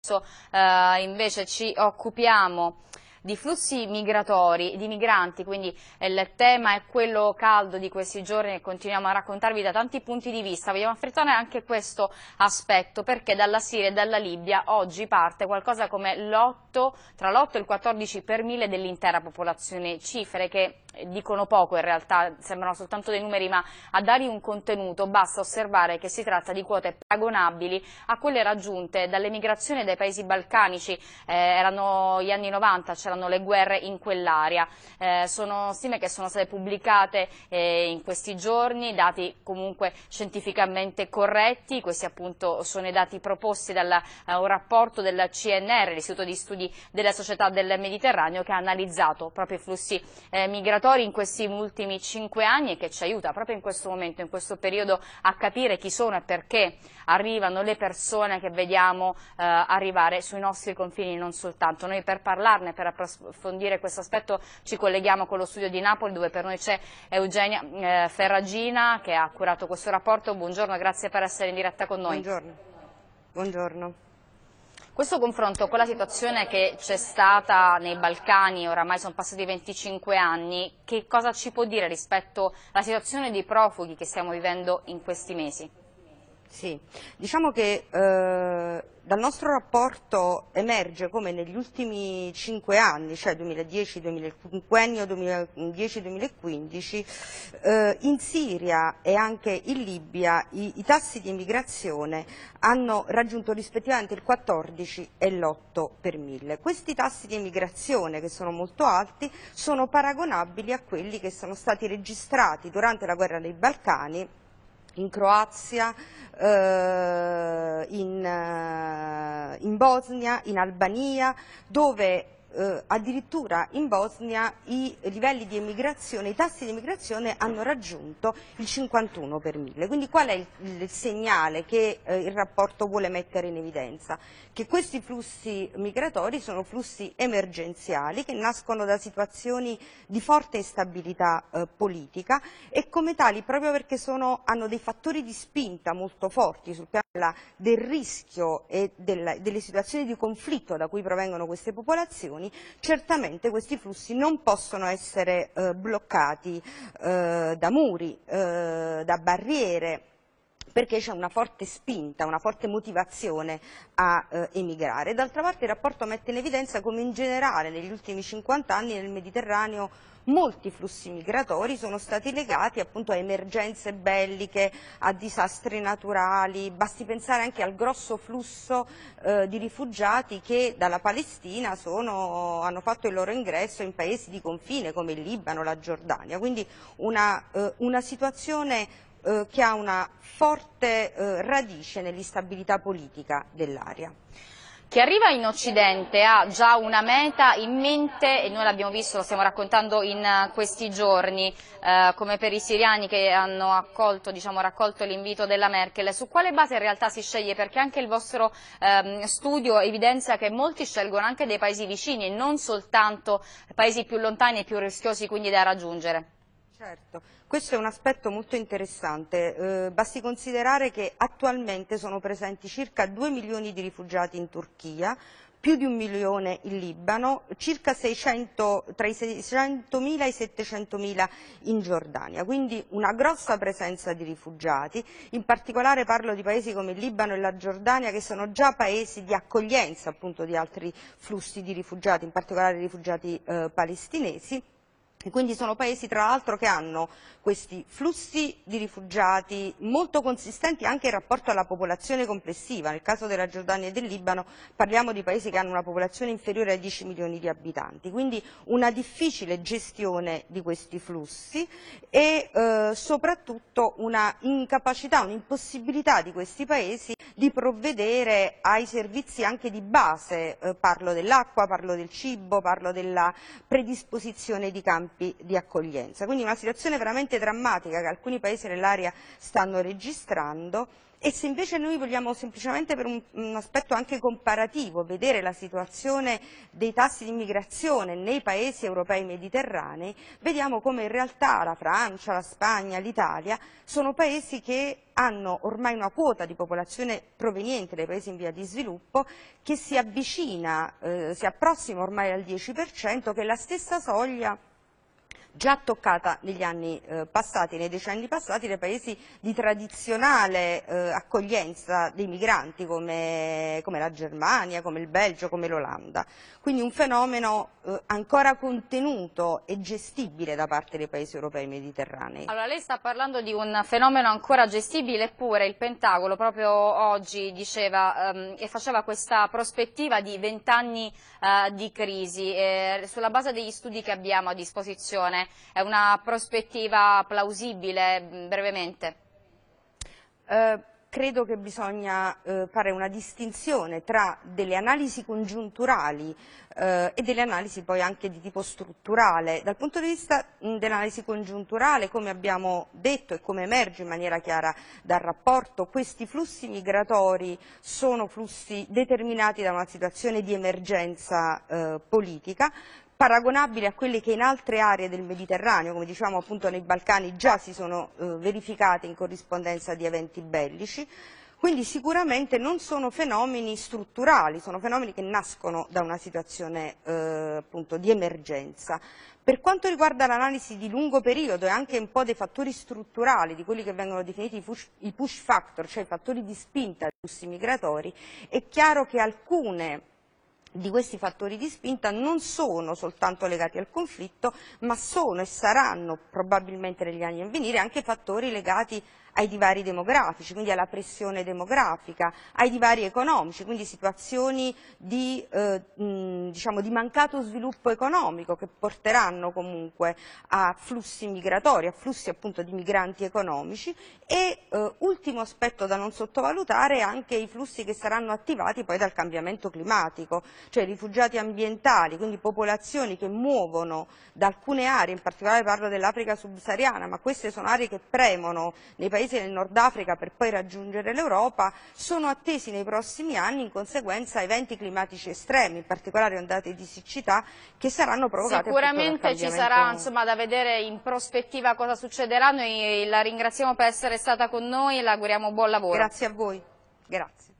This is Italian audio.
Invece ci occupiamo di flussi migratori, di migranti, quindi il tema è quello caldo di questi giorni e continuiamo a raccontarvi da tanti punti di vista. Vogliamo affrontare anche questo aspetto perché dalla Siria e dalla Libia oggi parte qualcosa come tra l'8 e il 14 per mille dell'intera popolazione, cifre che dicono poco in realtà, sembrano soltanto dei numeri, ma a dargli un contenuto basta osservare che si tratta di quote paragonabili a quelle raggiunte dalle migrazioni dai paesi balcanici, erano gli anni 90, c'erano le guerre in quell'area. Sono stime che sono state pubblicate in questi giorni, dati comunque scientificamente corretti, questi appunto sono i dati proposti da un rapporto del CNR, l'Istituto di Studi della Società del Mediterraneo, che ha analizzato proprio i flussi migratori in questi ultimi 5 anni e che ci aiuta proprio in questo momento, in questo periodo, a capire chi sono e perché arrivano le persone che vediamo arrivare sui nostri confini, non soltanto. Noi per parlarne, per approfondire questo aspetto, ci colleghiamo con lo studio di Napoli, dove per noi c'è Eugenia Ferragina, che ha curato questo rapporto. Buongiorno, grazie per essere in diretta con noi. Buongiorno. Buongiorno. Questo confronto con la situazione che c'è stata nei Balcani, oramai sono passati 25 anni, che cosa ci può dire rispetto alla situazione dei profughi che stiamo vivendo in questi mesi? Sì, diciamo che dal nostro rapporto emerge come negli ultimi 5 anni, cioè 2010-2015, in Siria e anche in Libia i tassi di immigrazione hanno raggiunto rispettivamente il 14 e l'8 per mille. Questi tassi di immigrazione, che sono molto alti, sono paragonabili a quelli che sono stati registrati durante la guerra dei Balcani, in Croazia, in Bosnia, in Albania, dove addirittura in Bosnia i livelli di emigrazione, i tassi di emigrazione hanno raggiunto il 51 per mille. Quindi qual è il segnale che il rapporto vuole mettere in evidenza? Che questi flussi migratori sono flussi emergenziali che nascono da situazioni di forte instabilità politica e come tali, proprio perché hanno dei fattori di spinta molto forti sul piano del rischio e delle situazioni di conflitto da cui provengono queste popolazioni, certamente questi flussi non possono essere bloccati da muri, da barriere, perché c'è una forte spinta, una forte motivazione a emigrare. D'altra parte il rapporto mette in evidenza come in generale negli ultimi 50 anni nel Mediterraneo molti flussi migratori sono stati legati appunto a emergenze belliche, a disastri naturali, basti pensare anche al grosso flusso di rifugiati che dalla Palestina hanno fatto il loro ingresso in paesi di confine come il Libano, la Giordania, quindi una situazione che ha una forte radice nell'instabilità politica dell'area. Chi arriva in Occidente ha già una meta in mente e noi l'abbiamo visto, lo stiamo raccontando in questi giorni, come per i siriani che hanno raccolto l'invito della Merkel. Su quale base in realtà si sceglie? Perché anche il vostro studio evidenzia che molti scelgono anche dei paesi vicini e non soltanto paesi più lontani e più rischiosi quindi da raggiungere. Certo, questo è un aspetto molto interessante, basti considerare che attualmente sono presenti circa 2 milioni di rifugiati in Turchia, più di 1 milione in Libano, circa tra i 600.000 e i 700.000 in Giordania, quindi una grossa presenza di rifugiati, in particolare parlo di paesi come il Libano e la Giordania che sono già paesi di accoglienza appunto di altri flussi di rifugiati, in particolare rifugiati palestinesi. E quindi sono paesi tra l'altro che hanno questi flussi di rifugiati molto consistenti anche in rapporto alla popolazione complessiva. Nel caso della Giordania e del Libano parliamo di paesi che hanno una popolazione inferiore ai 10 milioni di abitanti, quindi una difficile gestione di questi flussi e soprattutto una incapacità, un'impossibilità di questi paesi di provvedere ai servizi anche di base, parlo dell'acqua, parlo del cibo, parlo della predisposizione di campi di accoglienza. Quindi una situazione veramente drammatica che alcuni paesi nell'area stanno registrando E se invece noi vogliamo semplicemente per un aspetto anche comparativo vedere la situazione dei tassi di immigrazione nei paesi europei mediterranei, vediamo come in realtà la Francia, la Spagna, l'Italia sono paesi che hanno ormai una quota di popolazione proveniente dai paesi in via di sviluppo che si avvicina, si approssima ormai al 10%, che è la stessa soglia già toccata negli anni passati, nei decenni passati, dai paesi di tradizionale accoglienza dei migranti come la Germania, come il Belgio, come l'Olanda. Quindi un fenomeno ancora contenuto e gestibile da parte dei paesi europei mediterranei. Allora, lei sta parlando di un fenomeno ancora gestibile, eppure il Pentagono proprio oggi diceva e faceva questa prospettiva di 20 anni di crisi. Sulla base degli studi che abbiamo a disposizione, è una prospettiva plausibile, brevemente? Credo che bisogna fare una distinzione tra delle analisi congiunturali e delle analisi poi anche di tipo strutturale. Dal punto di vista dell'analisi congiunturale, come abbiamo detto e come emerge in maniera chiara dal rapporto, questi flussi migratori sono flussi determinati da una situazione di emergenza politica, paragonabili a quelli che in altre aree del Mediterraneo, come diciamo appunto nei Balcani, già si sono verificati in corrispondenza di eventi bellici. Quindi sicuramente non sono fenomeni strutturali, sono fenomeni che nascono da una situazione appunto di emergenza. Per quanto riguarda l'analisi di lungo periodo e anche un po' dei fattori strutturali, di quelli che vengono definiti i push factor, cioè i fattori di spinta dei flussi migratori, è chiaro che alcune di questi fattori di spinta non sono soltanto legati al conflitto, ma sono e saranno probabilmente negli anni a venire anche fattori legati ai divari demografici, quindi alla pressione demografica, ai divari economici, quindi situazioni di mancato sviluppo economico che porteranno comunque a flussi migratori, a flussi appunto di migranti economici e ultimo aspetto da non sottovalutare anche i flussi che saranno attivati poi dal cambiamento climatico, cioè rifugiati ambientali, quindi popolazioni che muovono da alcune aree, in particolare parlo dell'Africa subsahariana, ma queste sono aree che premono nei paesi del Nord Africa per poi raggiungere l'Europa, sono attesi nei prossimi anni in conseguenza a eventi climatici estremi, in particolare ondate di siccità che saranno provocate sicuramente ci sarà insomma da vedere in prospettiva cosa succederà. Noi la ringraziamo per essere stata con noi e le auguriamo buon lavoro. Grazie a voi. Grazie.